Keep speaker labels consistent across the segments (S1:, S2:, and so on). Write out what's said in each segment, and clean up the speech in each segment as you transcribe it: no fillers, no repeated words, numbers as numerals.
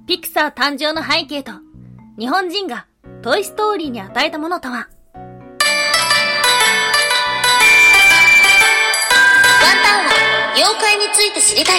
S1: ピクサー誕生の背景と、日本人がトイストーリーに与えたものとは。ワン
S2: タンは妖怪について知りたい。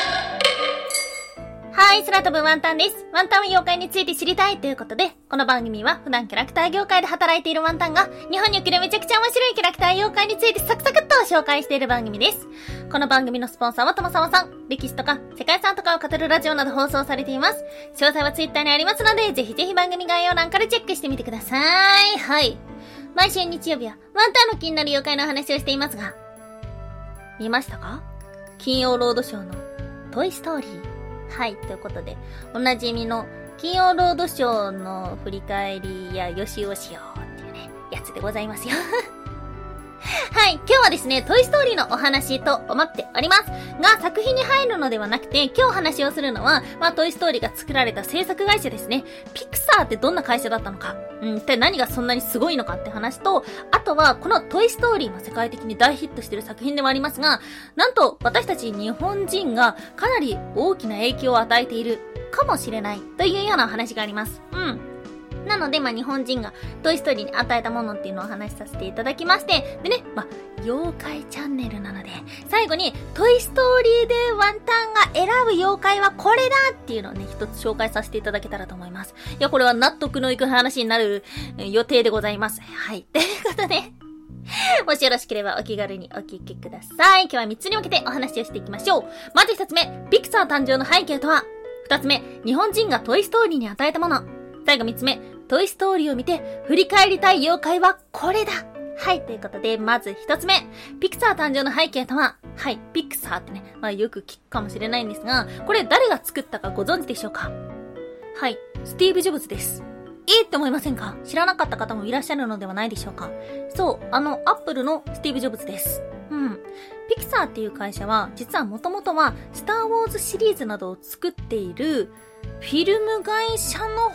S1: はい、空飛ぶワンタンです。ワンタンは妖怪について知りたいということで、この番組は普段キャラクター業界で働いているワンタンが、日本におけるめちゃくちゃ面白いキャラクター妖怪についてサクサクっと紹介している番組です。この番組のスポンサーはともさまさん。歴史とか世界遺産とかを語るラジオなど放送されています。詳細はツイッターにありますので、ぜひぜひ番組概要欄からチェックしてみてください。はい。毎週日曜日はワンタンの気になる妖怪の話をしていますが、見ましたか？金曜ロードショーのトイストーリー。はい、ということで、おなじみの金曜ロードショーの振り返りやよしよしよっていうね、やつでございますよ。はい、今日はですね、トイストーリーのお話と思っておりますが、作品に入るのではなくて、今日話をするのは、トイストーリーが作られた制作会社ですね。ピクサーってどんな会社だったのか、一体何がそんなにすごいのかって話と、あとはこのトイストーリーも世界的に大ヒットしている作品でもありますが、なんと私たち日本人がかなり大きな影響を与えているかもしれないというようなお話があります。なので、日本人がトイストーリーに与えたものっていうのをお話しさせていただきまして、でね、妖怪チャンネルなので、最後にトイストーリーでワンタンが選ぶ妖怪はこれだっていうのをね、一つ紹介させていただけたらと思います。いや、これは納得のいく話になる予定でございます。はい。ということで、もしよろしければお気軽にお聞きください。今日は3つに分けてお話をしていきましょう。まず1つ目、ピクサー誕生の背景とは。2つ目、日本人がトイストーリーに与えたもの。最後3つ目、トイストーリーを見て振り返りたい妖怪はこれだ。はい、ということで、まず一つ目、ピクサー誕生の背景とは。はい、ピクサーってね、よく聞くかもしれないんですが、これ誰が作ったかご存知でしょうか？はい、スティーブ・ジョブズです。って思いませんか？知らなかった方もいらっしゃるのではないでしょうか？そう、アップルのスティーブ・ジョブズです。ピクサーっていう会社は、実はもともとは、スター・ウォーズシリーズなどを作っている、フィルム会社の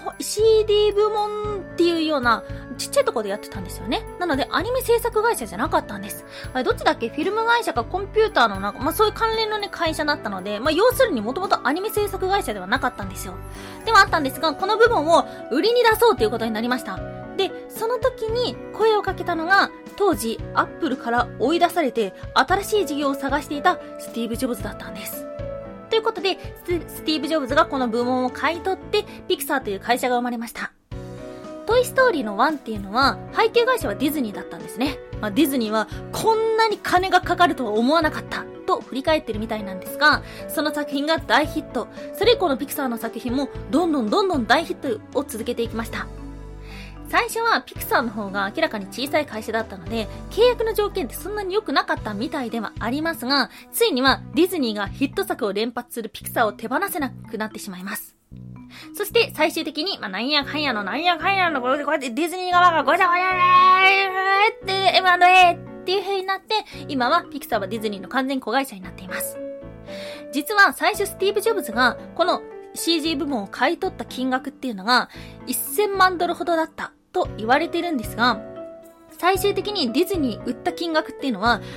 S1: CD 部門っていうようなちっちゃいところでやってたんですよね。なのでアニメ制作会社じゃなかったんです。どっちだっけ？フィルム会社かコンピューターのそういう関連のね会社だったので、要するにもともとアニメ制作会社ではなかったんですよ。ではあったんですが、この部門を売りに出そうということになりました。で、その時に声をかけたのが、当時アップルから追い出されて新しい事業を探していたスティーブ・ジョブズだったんです。ということで、スティーブ・ジョブズがこの部門を買い取って、ピクサーという会社が生まれました。トイ・ストーリーの1っていうのは、背景会社はディズニーだったんですね。ディズニーはこんなに金がかかるとは思わなかったと振り返ってるみたいなんですが、その作品が大ヒット。それ以降のピクサーの作品もどんどん大ヒットを続けていきました。最初はピクサーの方が明らかに小さい会社だったので、契約の条件ってそんなに良くなかったみたいではありますが、ついにはディズニーがヒット作を連発するピクサーを手放せなくなってしまいます。そして最終的に、なんやかんやのこうやってディズニー側がごちゃごちゃって M&A っていう風になって、今はピクサーはディズニーの完全子会社になっています。実は最初スティーブ・ジョブズがこの CG 部門を買い取った金額っていうのが1000万ドルほどだったと言われてるんですが、最終的にディズニー売った金額っていうのは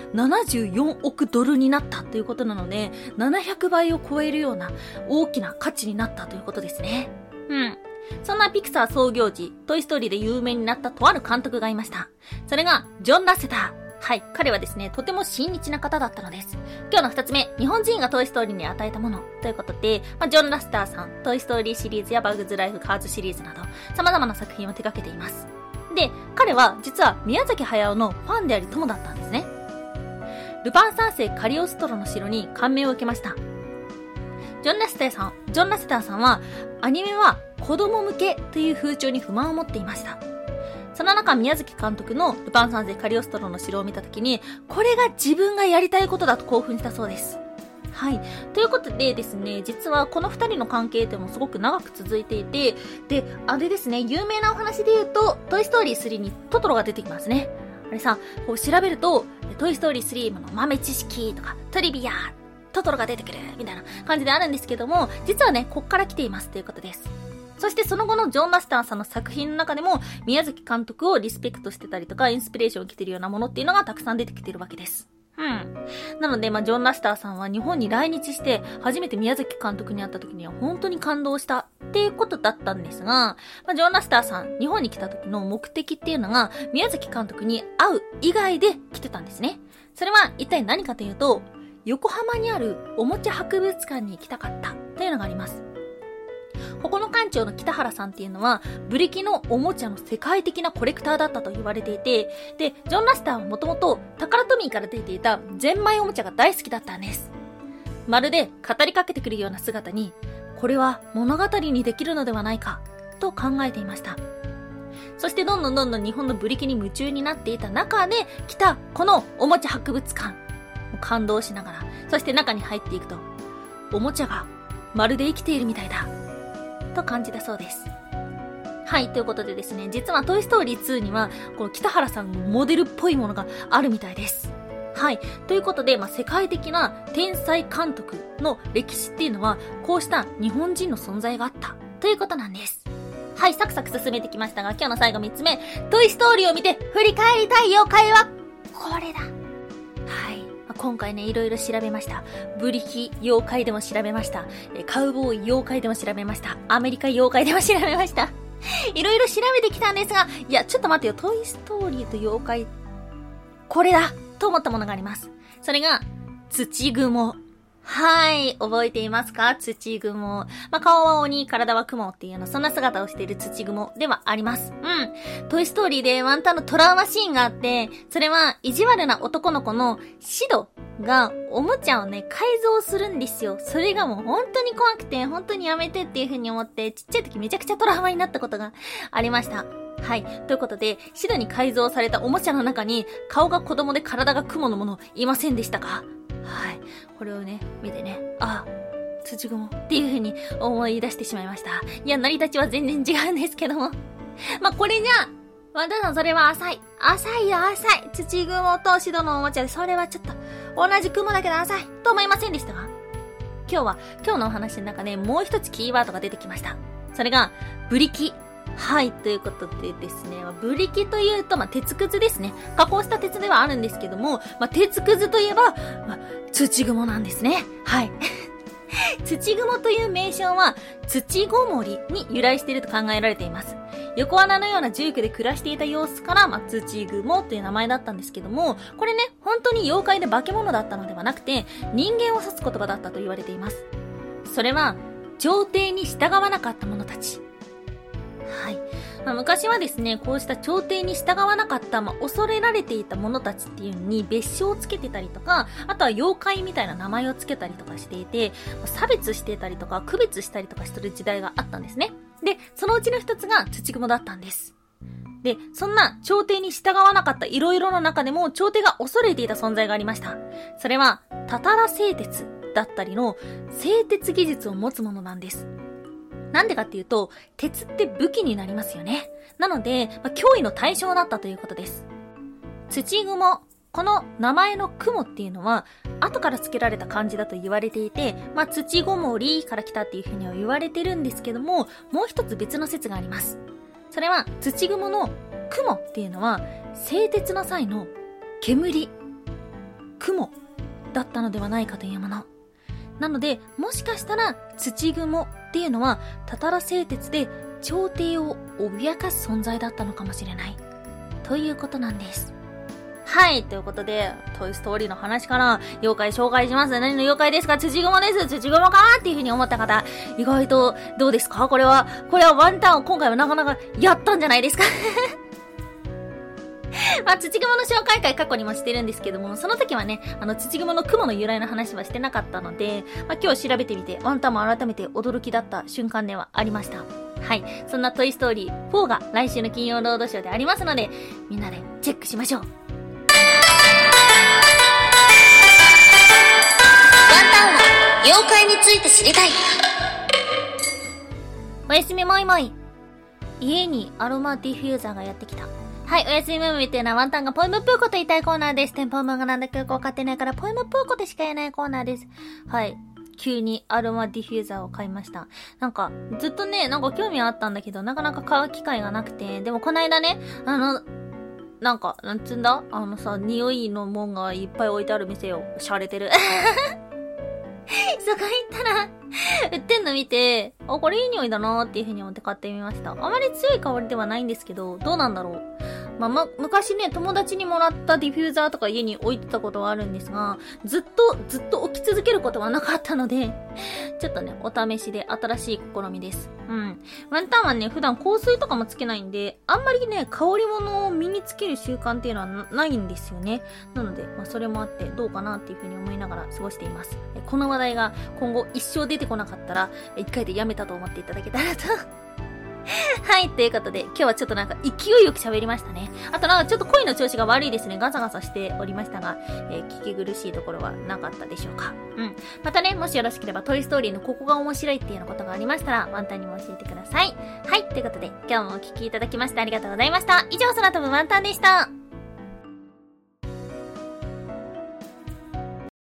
S1: 74億ドルになったということなので、700倍を超えるような大きな価値になったということですね。そんなピクサー創業時、トイストーリーで有名になったとある監督がいました。それがジョン・ラセター。はい、彼はですね、とても親日な方だったのです。今日の2つ目、日本人がトイストーリーに与えたものということで、ジョン・ラセターさん、トイストーリーシリーズやバグズ・ライフ・カーズシリーズなど、様々な作品を手掛けています。で、彼は実は宮崎駿のファンであり友だったんですね。ルパン三世カリオストロの城に感銘を受けました。ジョン・ラセターさんは、アニメは子供向けという風潮に不満を持っていました。その中、宮崎監督のルパン三世カリオストロの城を見たときに、これが自分がやりたいことだと興奮したそうです。はい。ということでですね、実はこの二人の関係ってもすごく長く続いていて、で、あれですね、有名なお話で言うと、トイストーリー3にトトロが出てきますね。あれさ、こう調べると、トイストーリー3の豆知識とか、トリビア、トトロが出てくる、みたいな感じであるんですけども、実はね、こっから来ていますということです。そしてその後のジョン・ラセターさんの作品の中でも、宮崎監督をリスペクトしてたりとか、インスピレーションを受けているようなものっていうのがたくさん出てきているわけです。 なので、ジョン・ラスターさんは日本に来日して初めて宮崎監督に会った時には本当に感動したっていうことだったんですが、ジョン・ラスターさん、日本に来た時の目的っていうのが宮崎監督に会う以外で来てたんですね。それは一体何かというと、横浜にあるおもちゃ博物館に行きたかったというのがあります。ここの館長の北原さんっていうのはブリキのおもちゃの世界的なコレクターだったと言われていて、で、ジョン・ラスターはもともとタカラトミーから出ていたゼンマイおもちゃが大好きだったんです。まるで語りかけてくるような姿に、これは物語にできるのではないかと考えていました。そしてどんどん日本のブリキに夢中になっていた中で来たこのおもちゃ博物館、感動しながら、そして中に入っていくと、おもちゃがまるで生きているみたいだと感じたそうです。はい、ということでですね、実はトイストーリー2にはこの北原さんのモデルっぽいものがあるみたいです。はい、ということで、世界的な天才監督の歴史っていうのはこうした日本人の存在があったということなんです。はい、サクサク進めてきましたが、今日の最後3つ目、トイストーリーを見て振り返りたい妖怪はこれだ。はい、今回ね、いろいろ調べました。ブリキ妖怪でも調べました。カウボーイ妖怪でも調べました。アメリカ妖怪でも調べました。いろいろ調べてきたんですが、いや、ちょっと待ってよ、トイストーリーと妖怪、これだと思ったものがあります。それが、土雲。はい、覚えていますか？土雲。顔は鬼、体は雲っていうそんな姿をしている土雲ではあります。トイストーリーでワンタンのトラウマシーンがあって、それは意地悪な男の子のシドがおもちゃをね、改造するんですよ。それがもう本当に怖くて、本当にやめてっていう風に思って、ちっちゃい時めちゃくちゃトラウマになったことがありました。はい。ということで、シドに改造されたおもちゃの中に、顔が子供で体が雲のものいませんでしたか？はい。これをね、見てね、土雲っていう風に思い出してしまいました。いや、成り立ちは全然違うんですけども。これじゃ、ワンダさんそれは浅い。浅いよ、浅い。土雲とシドのおもちゃで、それはちょっと、同じ雲だけど浅い。と思いませんでしたが、今日のお話の中でもう一つキーワードが出てきました。それが、ブリキ。はい、ということでですね、ブリキというと、鉄くずですね。加工した鉄ではあるんですけども、鉄くずといえば、土雲なんですね。はい。土雲という名称は、土ごもりに由来していると考えられています。横穴のような住居で暮らしていた様子から、土雲という名前だったんですけども、これね、本当に妖怪で化け物だったのではなくて、人間を指す言葉だったと言われています。それは、朝廷に従わなかった者たち。はい。昔はですね、こうした朝廷に従わなかった、恐れられていた者たちっていうのに別称をつけてたりとか、あとは妖怪みたいな名前をつけたりとかしていて、差別してたりとか、区別したりとかする時代があったんですね。で、そのうちの一つが土雲だったんです。で、そんな朝廷に従わなかった色々の中でも、朝廷が恐れていた存在がありました。それは、たたら製鉄だったりの製鉄技術を持つものなんです。なんでかっていうと、鉄って武器になりますよね。なので、脅威の対象だったということです。土雲。この名前の雲っていうのは、後から付けられた漢字だと言われていて、土ごもりから来たっていうふうには言われてるんですけども、もう一つ別の説があります。それは、土雲の雲っていうのは、製鉄の際の煙、雲だったのではないかというもの。なので、もしかしたら土雲っていうのはたたら製鉄で朝廷を脅かす存在だったのかもしれないということなんです。はい、ということでトイストーリーの話から妖怪紹介します。何の妖怪ですか？土雲です。土雲かっていう風に思った方、意外とどうですか？これはワンタンを今回はなかなかやったんじゃないですか？土雲の紹介会過去にもしてるんですけども、その時はね、土雲の雲の由来の話はしてなかったので、今日調べてみて、ワンタンも改めて驚きだった瞬間ではありました。はい。そんなトイストーリー4が来週の金曜ロードショーでありますので、みんなでチェックしましょう。ワン
S2: タンは妖怪について知りたい。
S1: おやすみもいもい。家にアロマディフューザーがやってきた。はい、おやすみムーミーっていうのはワンタンがポエムプーコと言いたいコーナーです。テンポームーがなんだかよくわかってないからポエムプーコとしか言えないコーナーです。はい。急にアロマディフューザーを買いました。ずっとね、興味はあったんだけど、なかなか買う機会がなくて、でもこの間ね、 なんか、なんつんだ匂いのもんがいっぱい置いてある店よ。洒落てる。そこ行ったら、売ってんの見て、あ、これいい匂いだなーっていう風に思って買ってみました。あまり強い香りではないんですけど、どうなんだろう。昔ね、友達にもらったディフューザーとか家に置いてたことはあるんですが、ずっと置き続けることはなかったので、ちょっとね、お試しで新しい試みです。ワンタンはね、普段香水とかもつけないんで、あんまりね、香り物を身につける習慣っていうのはないんですよね。なので、それもあってどうかなっていう風に思いながら過ごしています。この話題が今後一生出てこなかったら、一回でやめたと思っていただけたらと。はい、ということで、今日はちょっとなんか勢いよく喋りましたね。あとなんかちょっと声の調子が悪いですね。ガサガサしておりましたが、聞き苦しいところはなかったでしょうか。またね、もしよろしければトイストーリーのここが面白いっていうようなことがありましたら、ワンタンにも教えてください。はい、ということで、今日もお聞きいただきましてありがとうございました。以上、空飛ぶワンタンでした。